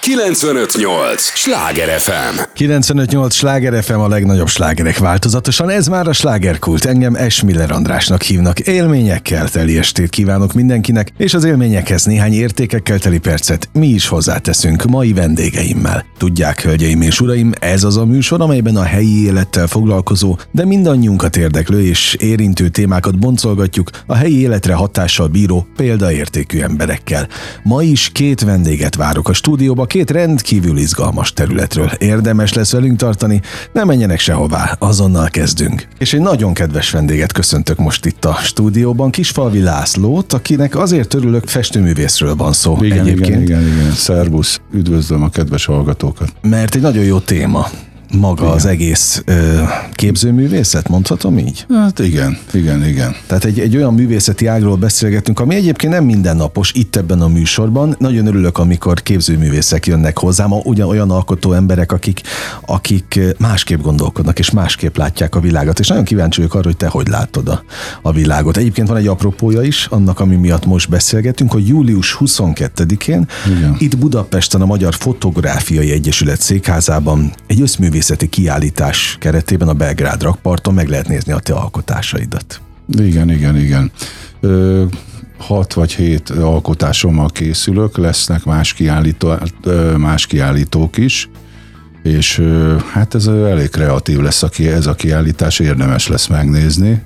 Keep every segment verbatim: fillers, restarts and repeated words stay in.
kilencvenöt nyolc Sláger ef em. kilencvenöt nyolc Sláger ef em, a legnagyobb slágerek változatosan. Ez már a Slágerkult. Engem Esmiller Andrásnak hívnak. Élményekkel teli estét kívánok mindenkinek, és az élményekhez néhány értékekkel teli percet mi is hozzáteszünk mai vendégeimmel. Tudják, hölgyeim és uraim, ez az a műsor, amelyben a helyi élettel foglalkozó, de mindannyiunkat érdeklő és érintő témákat boncolgatjuk a helyi életre hatással bíró példaértékű emberekkel. Ma is két vendéget várok a stúdióba, két rendkívül izgalmas területről. Érdemes lesz velünk tartani, ne menjenek sehová, azonnal kezdünk. És egy nagyon kedves vendéget köszöntök most itt a stúdióban, Kisfalvi Lászlót, akinek azért örülök, festőművészről van szó. Igen, egyébként. igen, igen, igen. Szervusz, üdvözlöm a kedves hallgatókat. Mert egy nagyon jó téma. Maga igen. Az egész ö, képzőművészet, mondhatom így? Hát igen, igen, igen. Tehát egy, egy olyan művészeti ágról beszélgetünk, ami egyébként nem mindennapos itt ebben a műsorban. Nagyon örülök, amikor képzőművészek jönnek hozzám, ugyan olyan alkotó emberek, akik, akik másképp gondolkodnak és másképp látják a világot. És nagyon kíváncsi vagyok arra, hogy te hogy látod a, a világot. Egyébként van egy apropója is, annak, ami miatt most beszélgetünk, hogy július huszonkettedikén igen. itt Budapesten a Magyar Fotográfiai Egyesület székházában egy összművészeti kiállítás keretében a Belgrád rakparton meg lehet nézni a te alkotásaidat. Igen, igen, igen. Ö, hat vagy hét alkotásommal készülök, lesznek más, kiállító, más kiállítók is, és hát ez elég kreatív lesz ez a kiállítás, érdemes lesz megnézni.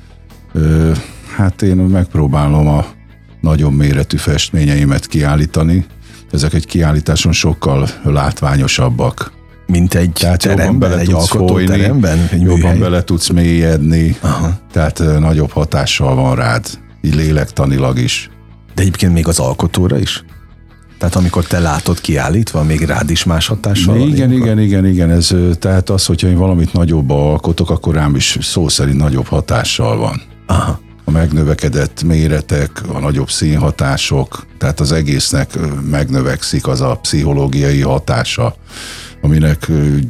Ö, hát én megpróbálom a nagyobb méretű festményeimet kiállítani. Ezek egy kiállításon sokkal látványosabbak. Mint egy tehát teremben, egy alkotóteremben? Jobban műhely. Bele tudsz mélyedni, aha. Tehát nagyobb hatással van rád, így lélektanilag is. De egyébként még az alkotóra is? Tehát amikor te látod kiállítva, még rád is más hatással van? Igen, igen, igen, igen. Ez, tehát az, hogyha én valamit nagyobb alkotok, akkor rám is szó szerint nagyobb hatással van. Aha. A megnövekedett méretek, a nagyobb színhatások, tehát az egésznek megnövekszik az a pszichológiai hatása, aminek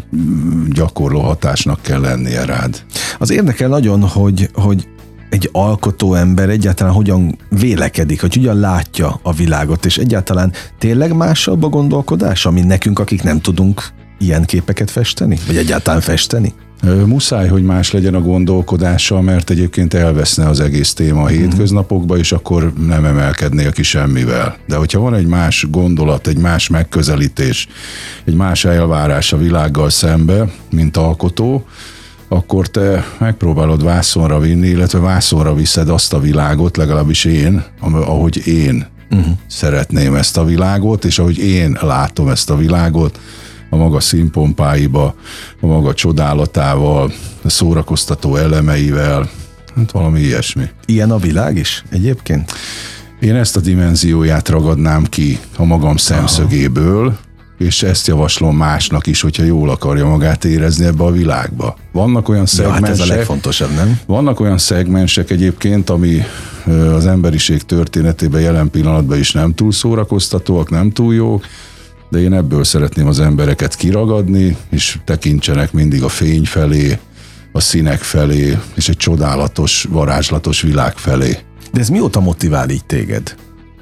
gyakorló hatásnak kell lennie rád. Az érdekel nagyon, hogy, hogy egy alkotó ember egyáltalán hogyan vélekedik, hogy hogyan látja a világot, és egyáltalán tényleg másabb a gondolkodás, ami nekünk, akik nem tudunk ilyen képeket festeni, vagy egyáltalán festeni? Muszáj, hogy más legyen a gondolkodása, mert egyébként elveszne az egész téma a hétköznapokba, és akkor nem emelkednél ki semmivel. De hogyha van egy más gondolat, egy más megközelítés, egy más elvárás a világgal szembe, mint alkotó, akkor te megpróbálod vászonra vinni, illetve vászonra viszed azt a világot, legalábbis én, ahogy én uh-huh. szeretném ezt a világot, és ahogy én látom ezt a világot, a maga színpompáiba, a maga csodálatával, a szórakoztató elemeivel, hát valami ilyesmi. Ilyen a világ is egyébként? Én ezt a dimenzióját ragadnám ki a magam szemszögéből, aha. és ezt javaslom másnak is, hogyha jól akarja magát érezni ebbe a világba. Vannak olyan szegmensek, ja, hát ez a legfontosabb, nem? Vannak olyan szegmensek egyébként, ami az emberiség történetében jelen pillanatban is nem túl szórakoztatóak, nem túl jók, de én ebből szeretném az embereket kiragadni, és tekintsenek mindig a fény felé, a színek felé, és egy csodálatos, varázslatos világ felé. De ez mióta motivál így téged?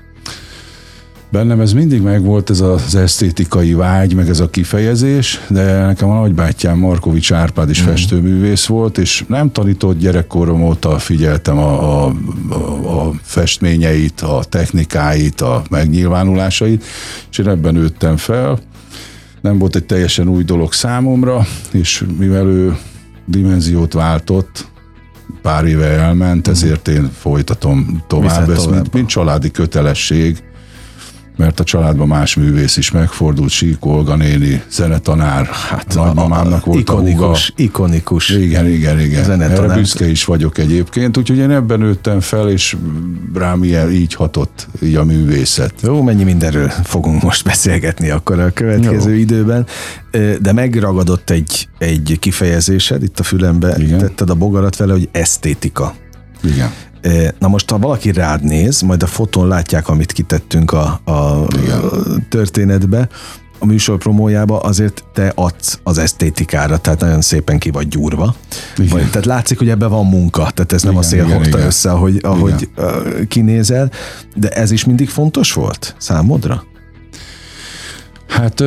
Bennem ez mindig megvolt, ez az esztétikai vágy, meg ez a kifejezés, de nekem a nagybátyám Markovics Árpád is mm. festőművész volt, és nem tanított, gyerekkorom óta figyeltem a, a, a, a festményeit, a technikáit, a megnyilvánulásait, és én ebben nőttem fel. Nem volt egy teljesen új dolog számomra, és mivel ő dimenziót váltott, pár éve elment, mm. ezért én folytatom tovább, ezt mint, mint családi kötelesség, mert a családban más művész is megfordult, Sík Olga néni, zenetanár, hát nagymamámnak volt ikonikus, a húga. Ikonikus. Igen, igen, igen. Zenetanár. Erre büszke is vagyok egyébként, úgyhogy én ebben nőttem fel, és rám ilyen, így hatott így a művészet. Jó, mennyi mindenről fogunk most beszélgetni akkor a következő Jó. időben, de megragadott egy, egy kifejezésed, itt a fülembe igen. tetted a bogarat vele, hogy esztétika. Igen. Na most, ha valaki rád néz, majd a fotón látják, amit kitettünk a, a történetbe, a műsor promójába, azért te adsz az esztétikára, tehát nagyon szépen ki vagy gyúrva. Vagy, tehát látszik, hogy ebben van munka, tehát ez igen, nem a szél hogta össze, ahogy, ahogy kinézel, de ez is mindig fontos volt számodra? Hát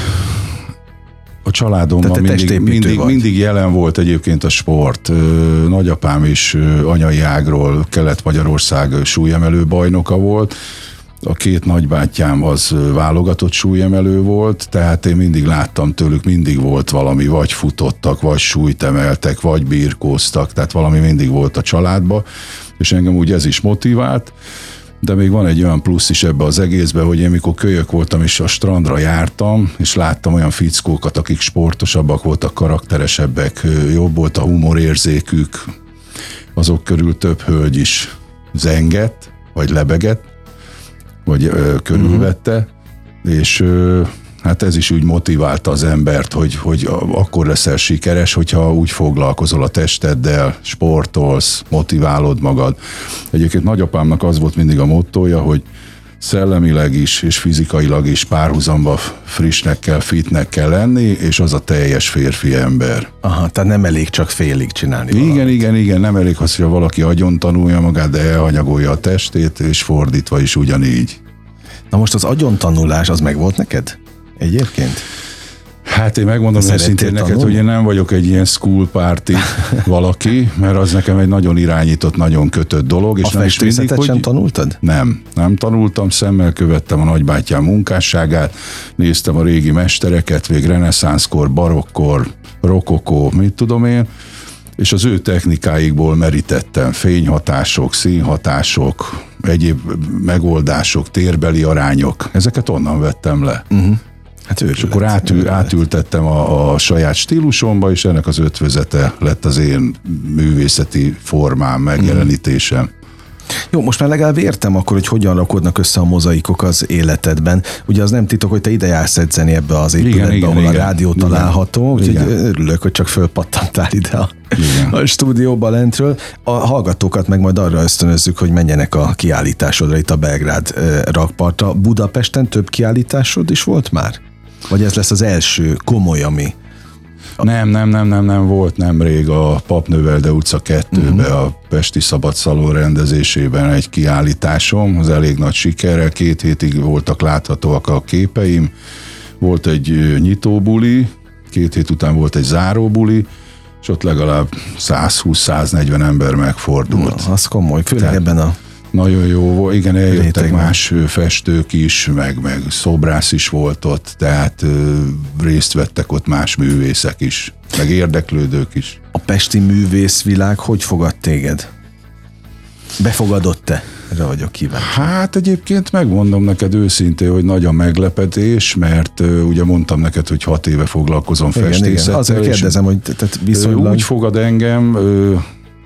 a családomban mindig, mindig, mindig jelen volt egyébként a sport. Nagyapám is anyai ágról Kelet-Magyarország súlyemelő bajnoka volt. A két nagybátyám az válogatott súlyemelő volt, tehát én mindig láttam tőlük, mindig volt valami, vagy futottak, vagy súlyt emeltek, vagy birkóztak, tehát valami mindig volt a családba, és engem úgy ez is motivált. De még van egy olyan plusz is ebbe az egészbe, hogy én mikor kölyök voltam és a strandra jártam, és láttam olyan fickókat, akik sportosabbak voltak, karakteresebbek, jobb volt a humorérzékük, azok körül több hölgy is zengett, vagy lebegett, vagy ö, körülvette, uh-huh. és ö, hát ez is úgy motiválta az embert, hogy, hogy akkor leszel sikeres, hogyha úgy foglalkozol a testeddel, sportolsz, motiválod magad. Egyébként nagyapámnak az volt mindig a mottója, hogy szellemileg is és fizikailag is párhuzamba frissnek kell, fitnek kell lenni, és az a teljes férfi ember. Aha, tehát nem elég csak félig csinálni Igen, valamit. igen, igen, nem elég az, hogy valaki agyon tanulja magát, de elhanyagolja a testét, és fordítva is ugyanígy. Na most az agyontanulás, az meg volt neked egyébként? Hát én megmondom őszintén neked, hogy én nem vagyok egy ilyen school party valaki, mert az nekem egy nagyon irányított, nagyon kötött dolog. És a nem is mindig, hogy... sem tanultad? Nem, nem tanultam, szemmel követtem a nagybátyám munkásságát, néztem a régi mestereket, még reneszánszkor, barokkor, rokokó, mit tudom én, és az ő technikáikból merítettem fényhatások, színhatások, egyéb megoldások, térbeli arányok, ezeket onnan vettem le. Uh-huh. Hát és akkor átül, átültettem a, a saját stílusomba, és ennek az ötvözete lett az én művészeti formám, megjelenítésem. Jó, most már legalább értem akkor, hogy hogyan rakodnak össze a mozaikok az életedben. Ugye az nem titok, hogy te ide jársz edzeni ebbe az épületbe, igen, ahol igen, a rádió igen, található, úgyhogy örülök, hogy csak fölpattantál ide a, a stúdióba lentről. A hallgatókat meg majd arra ösztönözzük, hogy menjenek a kiállításodra itt a Belgrád rakpartra. Budapesten több kiállításod is volt már? Vagy ez lesz az első komoly, ami... Nem, nem, nem, nem, nem volt nemrég a Papnövelde utca kettőbe, uh-huh. a Pesti Szabad Szalon rendezésében egy kiállításom, az elég nagy sikerrel, két hétig voltak láthatóak a képeim, volt egy nyitóbuli, két hét után volt egy záróbuli, és ott legalább százhúsz-száznegyven ember megfordult. Na, az komoly, főleg Tehát, ebben a... Nagyon jó volt, igen, eljöttek rétegben. Más festők is, meg, meg szobrász is volt ott, tehát ö, részt vettek ott más művészek is, meg érdeklődők is. A pesti művészvilág hogy fogad téged? Befogadott-e? Erre vagyok kíváncsi. Hát egyébként megmondom neked őszintén, hogy nagy a meglepetés, mert ö, ugye mondtam neked, hogy hat éve foglalkozom igen, festészettel. Igen. Azért kérdezem, hogy tehát viszonylag... Úgy fogad engem... Ö,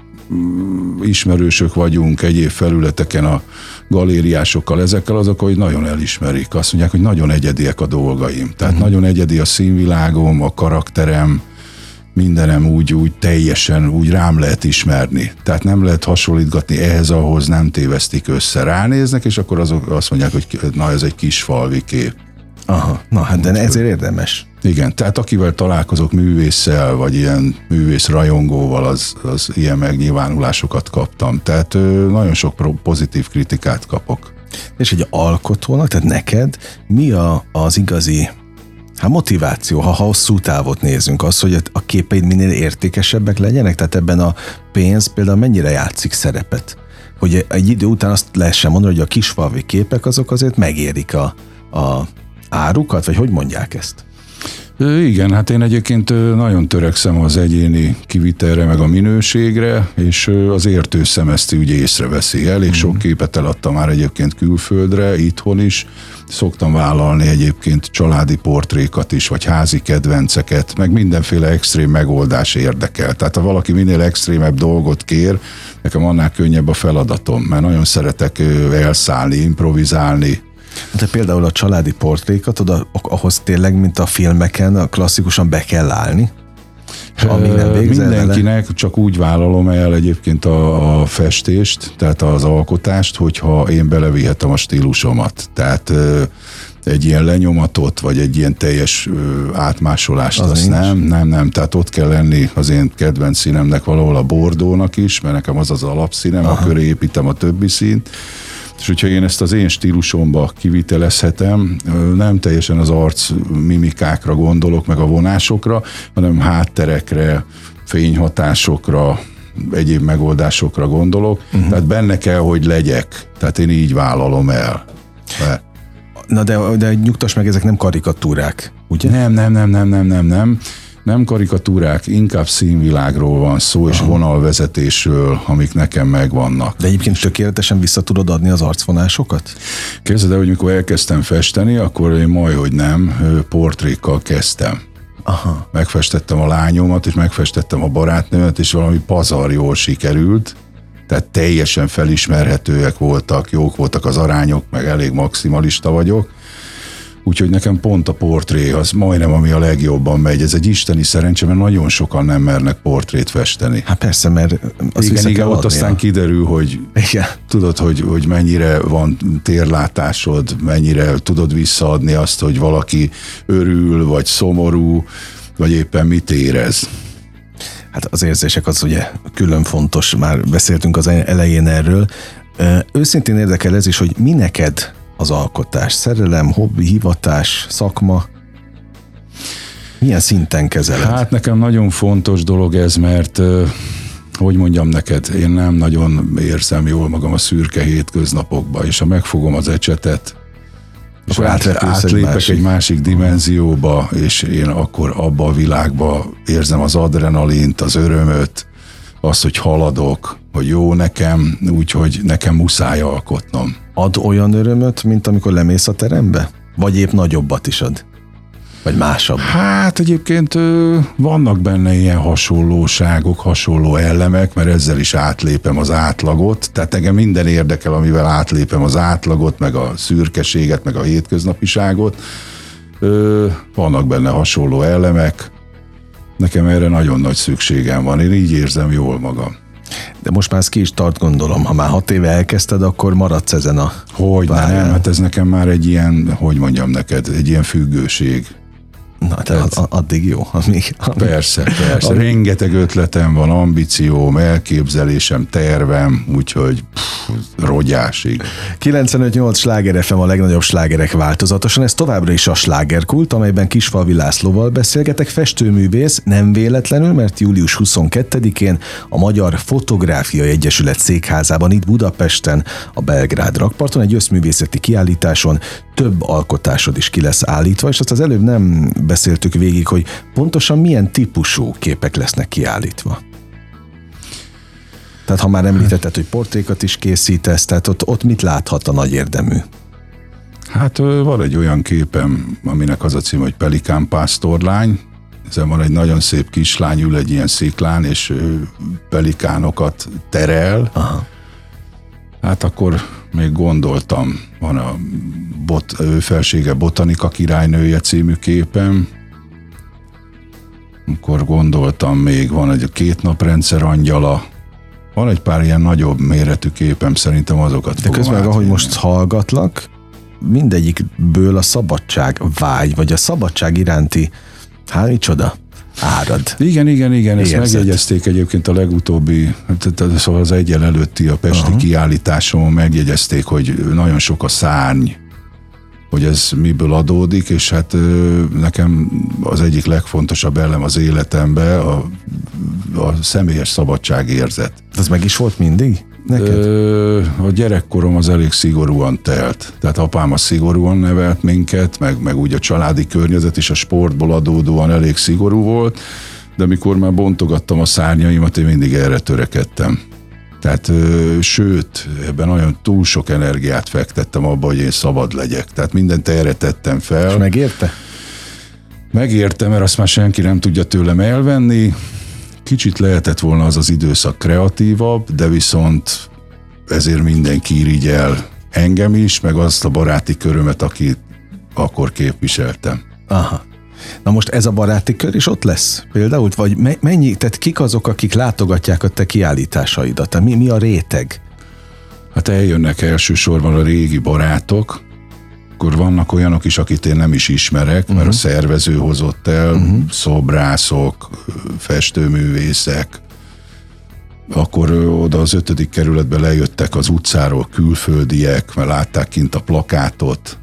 ismerősök vagyunk egyéb felületeken a galériásokkal, ezekkel azok, hogy nagyon elismerik. Azt mondják, hogy nagyon egyediek a dolgaim. Tehát uh-huh. nagyon egyedi a színvilágom, a karakterem, mindenem úgy, úgy teljesen úgy rám lehet ismerni. Tehát nem lehet hasonlítgatni ehhez, ahhoz nem tévesztik össze. Ránéznek, és akkor azok azt mondják, hogy na ez egy kis falvi kép. Aha, na hát de ezért érdemes. Igen, tehát akivel találkozok művésszel, vagy ilyen művész rajongóval, az, az ilyen megnyilvánulásokat kaptam. Tehát ö, nagyon sok pozitív kritikát kapok. És egy alkotónak, tehát neked mi a, az igazi hát motiváció, ha hosszú távot nézünk, az, hogy a képeid minél értékesebbek legyenek? Tehát ebben a pénz például mennyire játszik szerepet? Hogy egy idő után azt lehessen mondani, hogy a kisfalvi képek azok azért megérik a, a árukat, vagy hogy mondják ezt? Igen, hát én egyébként nagyon törekszem az egyéni kivitelre, meg a minőségre, és az értő szem ezt úgy észreveszi. Elég sok mm. képet eladtam már egyébként külföldre, itthon is. Szoktam vállalni egyébként családi portrékat is, vagy házi kedvenceket, meg mindenféle extrém megoldás érdekel. Tehát ha valaki minél extrémebb dolgot kér, nekem annál könnyebb a feladatom, mert nagyon szeretek elszállni, improvizálni. De például a családi portrékat, oda, ahhoz tényleg, mint a filmeken, a klasszikusan be kell állni? Amíg nem végzel Mindenkinek vele? Csak úgy vállalom el egyébként a, a festést, tehát az alkotást, hogyha én belevihetem a stílusomat. Tehát egy ilyen lenyomatot, vagy egy ilyen teljes átmásolást, az azt nem, nem, nem. Tehát ott kell lenni az én kedvenc színemnek valahol a bordónak is, mert nekem az az alapszínem, aha. a köré építem a többi színt, És hogyha én ezt az én stílusomba kivitelezhetem, nem teljesen az arc mimikákra gondolok, meg a vonásokra, hanem hátterekre, fényhatásokra, egyéb megoldásokra gondolok. Uh-huh. Tehát benne kell, hogy legyek. Tehát én így vállalom el. De... Na de, de nyugtass meg, ezek nem karikatúrák, ugye? Nem, nem, nem, nem, nem, nem, nem. Nem karikatúrák, inkább színvilágról van szó, és Aha. vonalvezetésről, amik nekem megvannak. De egyébként tökéletesen vissza tudod adni az arcvonásokat? Képzeld el, hogy mikor elkezdtem festeni, akkor én majdhogy nem portrékkal kezdtem. Aha. Megfestettem a lányomat, és megfestettem a barátnőmet, és valami pazar jól sikerült. Tehát teljesen felismerhetőek voltak, jók voltak az arányok, meg elég maximalista vagyok. Úgyhogy nekem pont a portré az majdnem, ami a legjobban megy. Ez egy isteni szerencse, mert nagyon sokan nem mernek portrét festeni. Hát persze, mert azt igen, igen, ott aztán kiderül, hogy igen. tudod, hogy, hogy mennyire van térlátásod, mennyire tudod visszaadni azt, hogy valaki örül, vagy szomorú, vagy éppen mit érez. Hát az érzések az ugye külön fontos, már beszéltünk az elején erről. Őszintén érdekel ez is, hogy mi neked az alkotás? Szerelem, hobbi, hivatás, szakma? Milyen szinten kezeled? Hát nekem nagyon fontos dolog ez, mert hogy mondjam neked, én nem nagyon érzem jól magam a szürke hétköznapokban, és ha megfogom az ecsetet, és át, átlépek egy másik. egy másik dimenzióba, és én akkor abba a világba érzem az adrenalint, az örömöt, azt, hogy haladok, hogy jó nekem, úgyhogy nekem muszáj alkotnom. Ad olyan örömöt, mint amikor lemész a terembe? Vagy épp nagyobbat is ad? Vagy másabb? Hát egyébként vannak benne ilyen hasonlóságok, hasonló elemek, mert ezzel is átlépem az átlagot. Tehát engem minden érdekel, amivel átlépem az átlagot, meg a szürkeséget, meg a hétköznapiságot. Vannak benne hasonló elemek. Nekem erre nagyon nagy szükségem van. Én így érzem jól magam. De most már ezt ki is tart, gondolom. Ha már hat éve elkezdted, akkor maradsz ezen a... Hogy nem, hát ez nekem már egy ilyen, hogy mondjam neked, egy ilyen függőség. Na, de Tehát, addig jó. Amíg, amíg, persze, persze. Amíg... Rengeteg ötletem van, ambícióm, elképzelésem, tervem, úgyhogy pff, rogyásig. kilencvenöt nyolc Sláger ef em a legnagyobb slágerek változatosan. Ez továbbra is a Slágerkult, amelyben Kisfalvi Lászlóval beszélgetek, festőművész, nem véletlenül, mert július huszonkettedikén a Magyar Fotográfiai Egyesület székházában itt Budapesten, a Belgrád rakparton egy összművészeti kiállításon több alkotásod is ki lesz állítva, és azt az előbb nem beszéltük végig, hogy pontosan milyen típusú képek lesznek kiállítva. Tehát ha már említetted, hogy portrékat is készítesz, tehát ott, ott mit láthat a nagy érdemű? Hát van egy olyan képem, aminek az a cím, hogy Pelikán pásztorlány. Ezen van egy nagyon szép kislány, ül egy ilyen sziklán, és pelikánokat terel. Aha. Hát akkor még gondoltam, van a bot, ő felsége Botanika királynője című képem, akkor gondoltam még, van egy két naprendszer angyala, van egy pár ilyen nagyobb méretű képem, szerintem azokat De fogom közben, ahogy most hallgatlak, mindegyikből a szabadság vágy, vagy a szabadság iránti, hát micsoda, árad. Igen, igen, igen, ezt érzed. Megjegyezték egyébként a legutóbbi, szóval az egyen előtti, a pesti uh-huh. kiállításon megjegyezték, hogy nagyon sok a szárny, hogy ez miből adódik, és hát nekem az egyik legfontosabb elem az életemben a, a személyes szabadságérzet. Ez meg is volt mindig? Neked? Ö, a gyerekkorom az elég szigorúan telt. Tehát apám az szigorúan nevelt minket, meg, meg úgy a családi környezet is a sportból adódóan elég szigorú volt, de mikor már bontogattam a szárnyaimat, én mindig erre törekedtem. Tehát ö, sőt, ebben nagyon túl sok energiát fektettem abba, hogy én szabad legyek. Tehát mindent erre tettem fel. És megérte? Megérte, mert azt már senki nem tudja tőlem elvenni. Kicsit lehetett volna az az időszak kreatívabb, de viszont ezért mindenki irigyel engem is, meg azt a baráti körömet, akit akkor képviseltem. Aha. Na most ez a baráti kör is ott lesz például? Vagy mennyi, tehát kik azok, akik látogatják a te kiállításaidat? Tehát mi, mi a réteg? Hát eljönnek elsősorban a régi barátok, akkor vannak olyanok is, akit én nem is ismerek, uh-huh. mert a szervező hozott el, uh-huh. szobrászok, festőművészek, akkor oda az ötödik kerületbe lejöttek az utcáról külföldiek, mert látták kint a plakátot,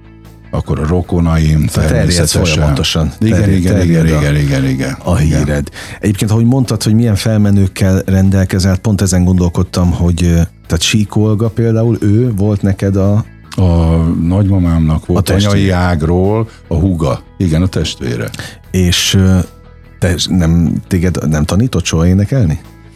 akkor a rokonaim természetesen. Folyamatosan. Igen, terjed, igen, terjed igen, igen, igen, igen. A híred. Igen. Egyébként, ahogy mondtad, hogy milyen felmenőkkel rendelkezel, pont ezen gondolkodtam, hogy tehát Sík Olga például, ő volt neked a... A nagymamámnak volt a anyai ágról a húga. Igen, a testvére. És te nem, téged nem tanított soha énekelni?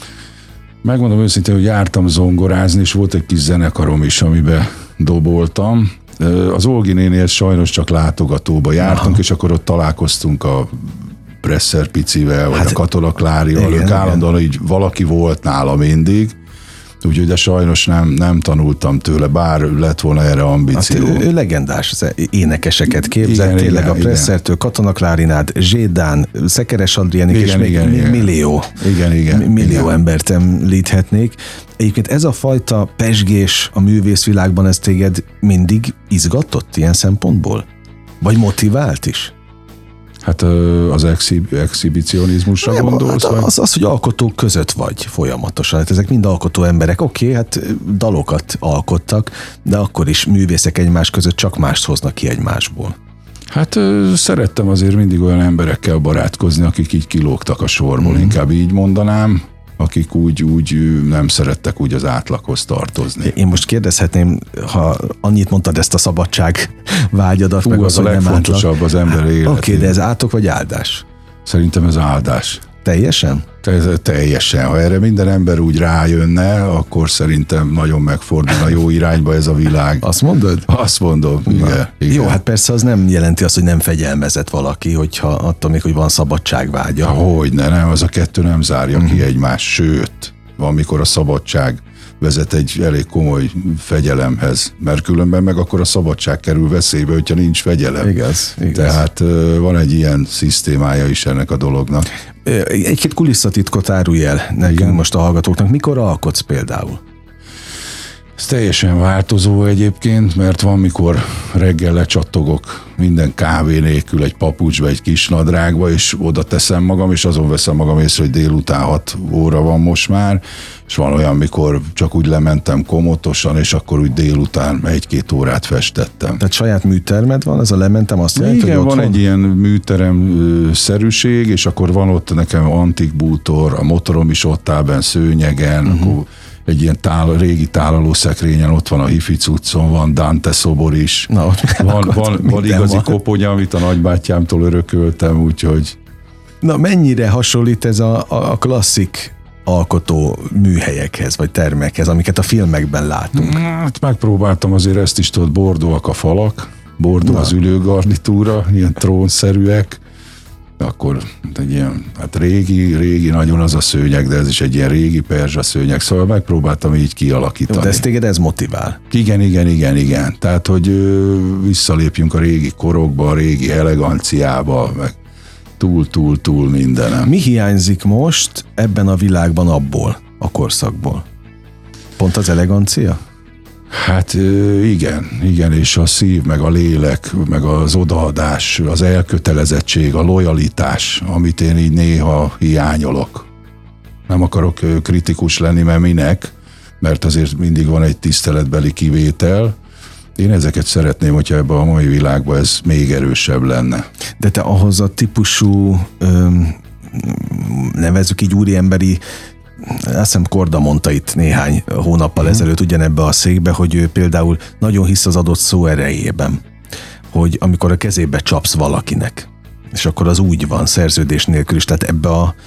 Megmondom őszintén, hogy jártam zongorázni, és volt egy kis zenekarom is, amiben doboltam. Az Olgi nénihez sajnos csak látogatóba jártunk, aha, és akkor ott találkoztunk a Presser Picivel, vagy hát, a Katona Klárival, ők állandóan így valaki volt nála mindig, úgyhogy de sajnos nem, nem tanultam tőle, bár lett volna erre ambíció. Hát ő, ő legendás énekeseket képzelt, igen, tényleg igen, a Pressertől, Katona Klárinát, Zsédán, Szekeres Adriánik, és még igen, millió, igen, igen, millió igen. embert említhetnék. Egyébként ez a fajta pezsgés a művészvilágban, ez téged mindig izgatott ilyen szempontból? Vagy motivált is? Hát az exhib- exhibicionizmusra nem, gondolsz? Hát az, az, hogy alkotók között vagy folyamatosan. Hát ezek mind alkotó emberek. Oké, okay, hát dalokat alkottak, de akkor is művészek egymás között csak mást hoznak ki egymásból. Hát szerettem azért mindig olyan emberekkel barátkozni, akik így kilógtak a sorból, mm. inkább így mondanám, akik úgy, úgy nem szerettek úgy az átlaghoz tartozni. Én most kérdezhetném, ha annyit mondtad ezt a szabadság vágyadat, Fú, meg az, az a legfontosabb az ember életében. Oké, okay, de ez átok vagy áldás? Szerintem ez áldás. Teljesen? Te, teljesen. Ha erre minden ember úgy rájönne, akkor szerintem nagyon megfordul a jó irányba ez a világ. Azt mondod? Azt mondom, igen, igen. Jó, hát persze az nem jelenti azt, hogy nem fegyelmezett valaki, hogyha attól még, hogy van szabadságvágya. Hogyne, nem, az a kettő nem zárja mm. ki egymást, sőt, van, mikor a szabadság vezet egy elég komoly fegyelemhez, mert különben meg akkor a szabadság kerül veszélybe, hogyha nincs fegyelem. Igaz, igaz. Tehát van egy ilyen szisztémája is ennek a dolognak. Egy-két kulisszatitkot árulj el nekünk, igen, most a hallgatóknak. Mikor alkotsz például? Ez teljesen változó egyébként, mert van, mikor reggel lecsattogok minden kávé nélkül egy papucsba, egy kis nadrágba, és oda teszem magam, és azon veszem magam észre, hogy délután hat óra van most már, és van olyan, mikor csak úgy lementem komotosan, és akkor úgy délután egy-két órát festettem. Tehát saját műtermed van, ez a lementem, azt jelenti, igen, hogy van egy ilyen műterem-szerűség, és akkor van ott nekem antik bútor, a motorom is ott áll benn szőnyegen, uh-huh. akkor egy ilyen tál, régi tálalószekrényen ott van a hifi cuccon, van Dante szobor is, na, van, van, van igazi van. Koponya, amit a nagybátyámtól örököltem, úgyhogy... Na, mennyire hasonlít ez a, a klasszik alkotó műhelyekhez, vagy termekhez, amiket a filmekben látunk? Hát megpróbáltam azért ezt is, tudod, bordóak a falak, bordó na. Az ülőgarnitúra, ilyen trónszerűek, akkor egy ilyen, hát régi, régi nagyon az a szőnyeg, de ez is egy ilyen régi perzsa szőnyeg, szóval megpróbáltam így kialakítani. De ez téged ez motivál? Igen, igen, igen, igen. Tehát, hogy ö, visszalépjünk a régi korokba, a régi eleganciába, meg túl, túl, túl mindenem. Mi hiányzik most ebben a világban abból, a korszakból? Pont az elegancia? Hát igen, igen, és a szív, meg a lélek, meg az odaadás, az elkötelezettség, a lojalitás, amit én így néha hiányolok. Nem akarok kritikus lenni, mert minek, mert azért mindig van egy tiszteletbeli kivétel. Én ezeket szeretném, hogyha ebben a mai világban ez még erősebb lenne. De te ahhoz a típusú, öm, nevezzük így úriemberi, azt hiszem Korda mondta itt néhány hónappal uh-huh. ezelőtt ugyanebbe a székbe, hogy ő például nagyon hisz az adott szó erejében, hogy amikor a kezébe csapsz valakinek, és akkor az úgy van, szerződés nélkül is, tehát ebbe a,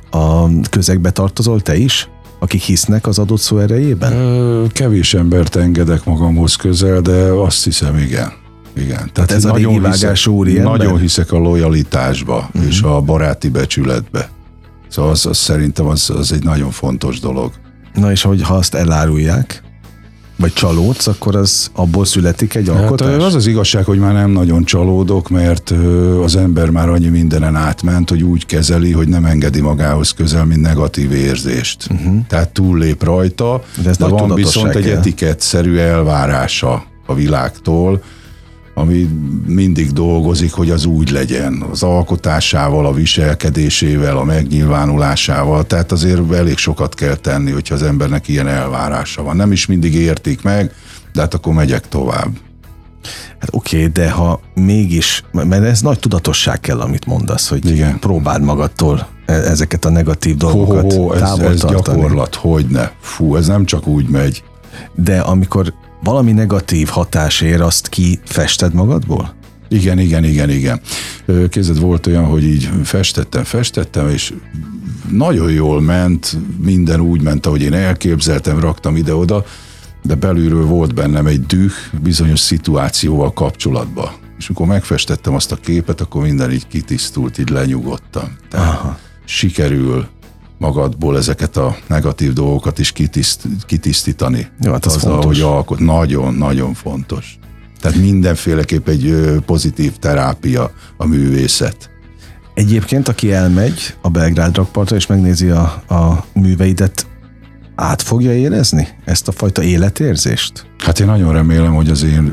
a közegbe tartozol te is, akik hisznek az adott szó erejében? Kevés embert engedek magamhoz közel, de azt hiszem, igen. Igen. Tehát, Tehát ez a régi vágás úri ember? Nagyon hiszek a lojalitásba uh-huh. és a baráti becsületbe. Szóval az, az szerintem az, az egy nagyon fontos dolog. Na és hogy ha azt elárulják, vagy csalódsz, akkor az abból születik egy alkotás? Hát az az igazság, hogy már nem nagyon csalódok, mert az ember már annyi mindenen átment, hogy úgy kezeli, hogy nem engedi magához közel, mint negatív érzést. Uh-huh. Tehát túllép rajta, de, de van viszont egy etikettszerű elvárása a világtól, ami mindig dolgozik, hogy az úgy legyen. Az alkotásával, a viselkedésével, a megnyilvánulásával, tehát azért elég sokat kell tenni, hogyha az embernek ilyen elvárása van. Nem is mindig értik meg, de hát akkor megyek tovább. Hát oké, okay, de ha mégis, mert ez nagy tudatosság kell, amit mondasz, hogy igen, próbáld magadtól ezeket a negatív dolgokat ho, ho, ho, távol ez, ez tartani. gyakorlat, hogyne. Fú, ez nem csak úgy megy. De amikor valami negatív hatás ér, azt kifested magadból? Igen, igen, igen, igen. Képzeld, volt olyan, hogy így festettem, festettem, és nagyon jól ment, minden úgy ment, ahogy én elképzeltem, raktam ide-oda, de belülről volt bennem egy düh bizonyos szituációval kapcsolatban. És amikor megfestettem azt a képet, akkor minden így kitisztult, így lenyugodtam. Tehát aha, sikerül magadból ezeket a negatív dolgokat is kitiszt, kitisztítani. Jó, hát ez azzal, fontos. hogy alkot. Nagyon, nagyon fontos. Tehát mindenféleképp egy pozitív terápia a művészet. Egyébként, aki elmegy a Belgrád rakpartra és megnézi a, a műveidet, át fogja érezni ezt a fajta életérzést? Hát én nagyon remélem, hogy az én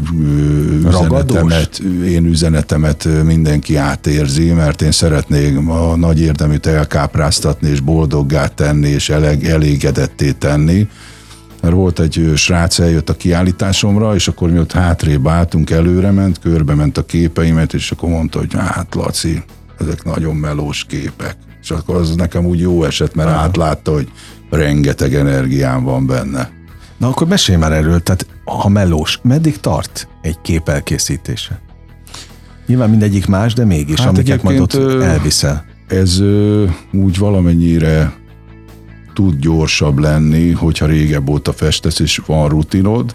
üzenetemet, én üzenetemet mindenki átérzi, mert én szeretnék a nagy érdeműt elkápráztatni, és boldoggá tenni, és eleg, elégedetté tenni. Mert volt egy srác, eljött a kiállításomra, és akkor mi ott hátrébb álltunk, előre ment, körbe ment a képeimet, és akkor mondta, hogy hát Laci, ezek nagyon melós képek. És akkor az nekem úgy jó esett, mert ah. átlátta, hogy rengeteg energiám van benne. Na akkor mesélj már erről, tehát ha melós, meddig tart egy kép elkészítése? Nyilván mindegyik más, de mégis, hát amiket majd ott elviszel. Ez ö, úgy valamennyire tud gyorsabb lenni, hogyha régebb óta festesz, és van rutinod.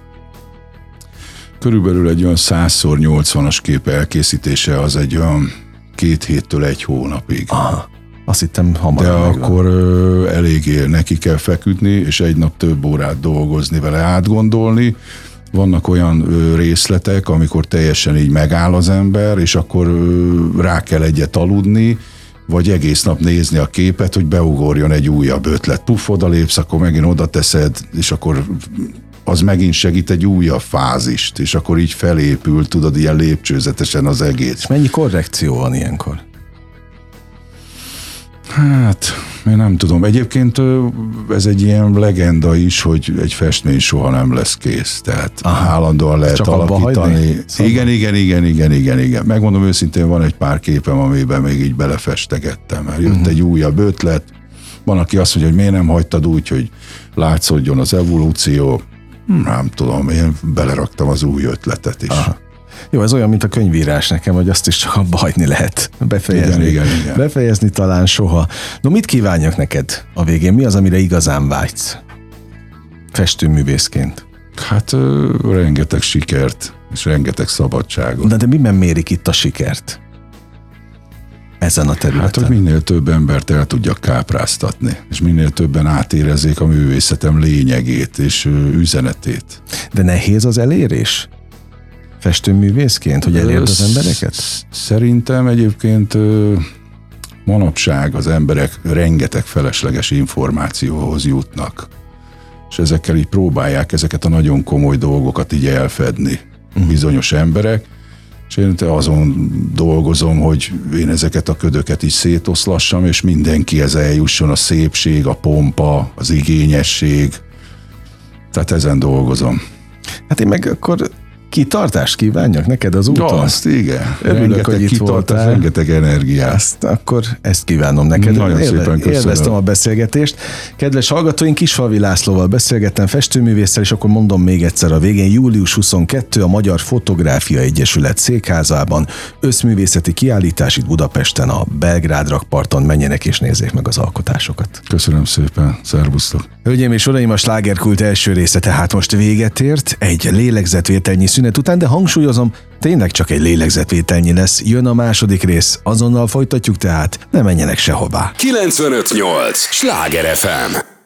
Körülbelül egy olyan százszor nyolcvanas kép elkészítése az egy olyan két héttől egy hónapig. Aha. Azt hittem hamar. De akkor ö, eléggé neki kell feküdni, és egy nap több órát dolgozni vele, átgondolni. Vannak olyan ö, részletek, amikor teljesen így megáll az ember, és akkor ö, rá kell egyet aludni, vagy egész nap nézni a képet, hogy beugorjon egy újabb ötlet. Puff, odalépsz, akkor megint oda teszed, és akkor az megint segít egy újabb fázist, és akkor így felépül, tudod, ilyen lépcsőzetesen az egész. És mennyi korrekció van ilyenkor? Hát, én nem tudom. Egyébként ez egy ilyen legenda is, hogy egy festmény soha nem lesz kész. Tehát aha, állandóan lehet csak alakítani. Igen, igen, igen, igen, igen, igen. Megmondom őszintén, van egy pár képem, amiben még így belefestegettem. Mert jött uh-huh. egy újabb ötlet. Van, aki azt mondja, hogy miért nem hagytad úgy, hogy látszódjon az evolúció. Nem tudom, én beleraktam az új ötletet is. Aha. Jó, ez olyan, mint a könyvírás nekem, hogy azt is csak abba hagyni lehet. Befejezni, igen, igen, igen. Befejezni talán soha. No, mit kívánjak neked a végén? Mi az, amire igazán vágysz? Festőművészként. Hát ö, rengeteg sikert, és rengeteg szabadságot. De, de miben mérik itt a sikert? Ezen a területen? Hát, hogy minél több embert el tudjak kápráztatni, és minél többen átérezzék a művészetem lényegét és ö, üzenetét. De nehéz az elérés? Festőművészként, hogy elérd az embereket? Szerintem egyébként manapság az emberek rengeteg felesleges információhoz jutnak, és ezekkel így próbálják ezeket a nagyon komoly dolgokat így elfedni uh-huh. bizonyos emberek, és én azon dolgozom, hogy én ezeket a ködöket is szétoszlassam, és mindenkihez eljusson a szépség, a pompa, az igényesség, tehát ezen dolgozom. Hát én meg akkor kitartást kívánjak neked az úton. Ja, azt igen. Örülök, rengeteg hogy itt voltál. Rengeteg energiát. Ezt, akkor ezt kívánom neked. Nagyon Élve, szépen köszönöm. Élveztem a beszélgetést. Kedves hallgatóink, Kisfalvi Lászlóval beszélgettem, festőművésszel, és akkor mondom még egyszer a végén, július huszonkettő a Magyar Fotográfia Egyesület székházában, összművészeti kiállítás itt Budapesten, a Belgrád rakparton. Menjenek és nézzék meg az alkotásokat. Köszönöm szépen. Szervusztok. Hölgyeim és uraim, a Slágerkult első része tehát most véget ért, egy lélegzetvételnyi szünet után, de hangsúlyozom, tényleg csak egy lélegzetvételnyi lesz. Jön a második rész, azonnal folytatjuk tehát, ne menjenek sehová. kilencvenöt nyolc Sláger ef em